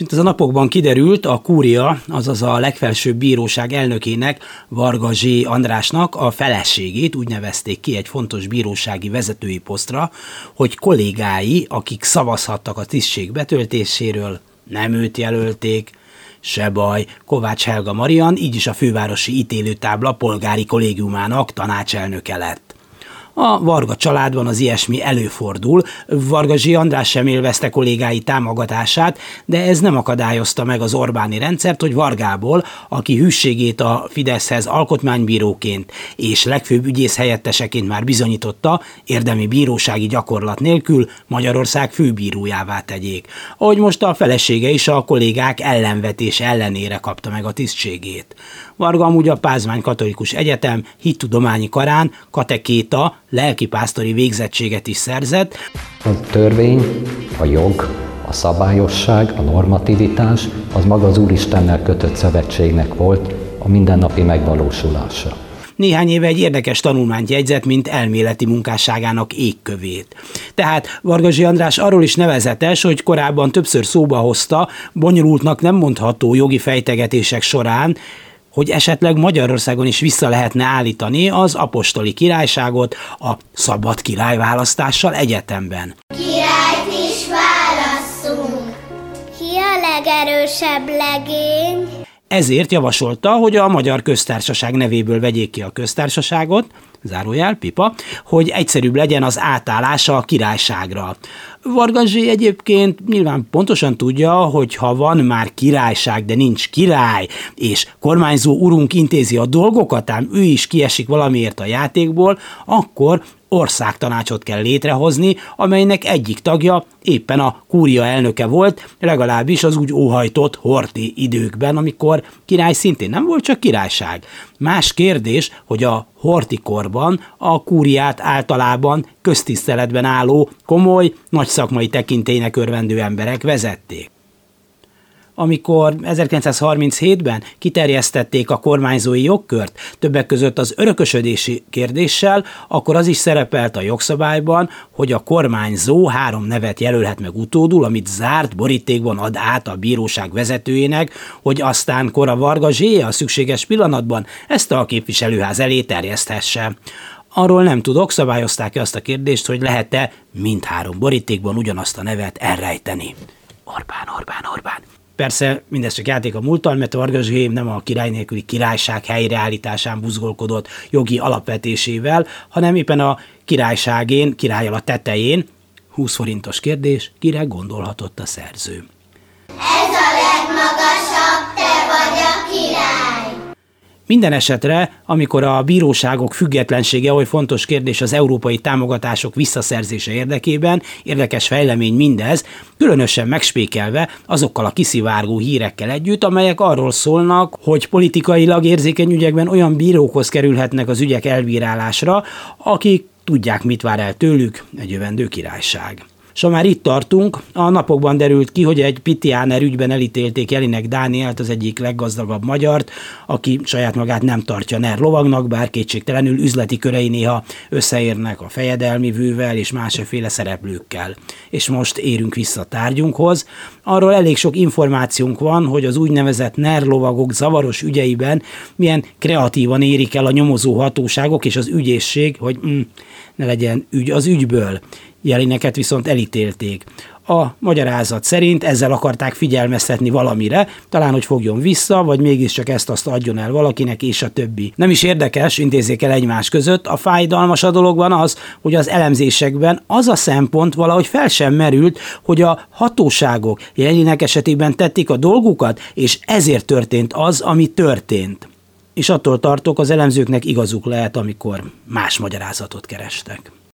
mint az a napokban kiderült, a kúria, azaz a legfelsőbb bíróság elnökének, Varga Zsé Andrásnak a feleségét úgy nevezték ki egy fontos bírósági vezetői posztra, hogy kollégái, akik szavazhattak a tisztség betöltéséről, nem őt jelölték. Se baj, Kovács Helga Marian így is a fővárosi ítélőtábla polgári kollégiumának tanácselnöke lett. A Varga családban az ilyesmi előfordul, Varga Zsé András sem élvezte kollégái támogatását, de ez nem akadályozta meg az Orbáni rendszert, hogy Vargából, aki hűségét a Fideszhez alkotmánybíróként és legfőbb ügyész helyetteseként már bizonyította, érdemi bírósági gyakorlat nélkül Magyarország főbírójává tegyék. Ahogy most a felesége is a kollégák ellenvetése ellenére kapta meg a tisztségét. Varga amúgy a Pázmány Katolikus Egyetem hittudományi karán katekéta, lelkipásztori végzettséget is szerzett. A törvény, a jog, a szabályosság, a normativitás az maga az Úristennel kötött szövetségnek volt a mindennapi megvalósulása. Néhány éve egy érdekes tanulmányt jegyzett, mint elméleti munkásságának égkövét. Tehát Varga Zsé András arról is nevezetes, hogy korábban többször szóba hozta, bonyolultnak nem mondható jogi fejtegetések során, hogy esetleg Magyarországon is vissza lehetne állítani az apostoli királyságot a szabad királyválasztással egyetemben. Királyt is válasszunk! Ki a legerősebb legény? Ezért javasolta, hogy a Magyar Köztársaság nevéből vegyék ki a köztársaságot, zárójel, pipa, hogy egyszerűbb legyen az átállása a királyságra. Varga Zsé egyébként nyilván pontosan tudja, hogy ha van már királyság, de nincs király, és kormányzó urunk intézi a dolgokat, ám ő is kiesik valamiért a játékból, akkor országtanácsot kell létrehozni, amelynek egyik tagja éppen a kúria elnöke volt, legalábbis az úgy óhajtott Horthy időkben, amikor király szintén nem volt, csak királyság. Más kérdés, hogy a Horthy korban a kúriát általában köztiszteletben álló, komoly, nagy szakmai tekintélynek örvendő emberek vezették. Amikor 1937-ben kiterjesztették a kormányzói jogkört, többek között az örökösödési kérdéssel, akkor az is szerepelt a jogszabályban, hogy a kormányzó 3 nevet jelölhet meg utódul, amit zárt borítékban ad át a bíróság vezetőjének, hogy aztán kora Varga Zsé a szükséges pillanatban ezt a képviselőház elé terjeszthesse. Arról nem tudok, szabályozták-e azt a kérdést, hogy lehet-e mindhárom borítékban ugyanazt a nevet elrejteni. Orbán. Persze mindez csak játék a múlttal, mert Varga Zsé nem a király nélküli királyság helyreállításán buzgolkodott jogi alapvetésével, hanem éppen a királyságén, királlyal a tetején. 20 forintos kérdés, kire gondolhatott a szerző? Ez a legmagasabb, te vagy a király! Minden esetre, amikor a bíróságok függetlensége oly fontos kérdés az európai támogatások visszaszerzése érdekében, érdekes fejlemény mindez, különösen megspékelve azokkal a kiszivárgó hírekkel együtt, amelyek arról szólnak, hogy politikailag érzékeny ügyekben olyan bírókhoz kerülhetnek az ügyek elbírálásra, akik tudják, mit vár el tőlük egy jövendő királyság. S ha már itt tartunk, a napokban derült ki, hogy egy Pitiáner ügyben elítélték Jelinek Dánielt, az egyik leggazdagabb magyart, aki saját magát nem tartja NER lovagnak, bár kétségtelenül üzleti körei néha összeérnek a fejedelmi vővel és másféle szereplőkkel. És most érünk vissza tárgyunkhoz. Arról elég sok információnk van, hogy az úgynevezett NER lovagok zavaros ügyeiben milyen kreatívan érik el a nyomozó hatóságok és az ügyészség, hogy ne legyen ügy az ügyből. Jelineket viszont elítélték. A magyarázat szerint ezzel akarták figyelmeztetni valamire, talán hogy fogjon vissza, vagy mégiscsak ezt-azt adjon el valakinek, és a többi. Nem is érdekes, intézzék el egymás között, a fájdalmas a dologban az, hogy az elemzésekben az a szempont valahogy fel sem merült, hogy a hatóságok Jelinek esetében tették a dolgukat, és ezért történt az, ami történt. És attól tartok, az elemzőknek igazuk lehet, amikor más magyarázatot kerestek.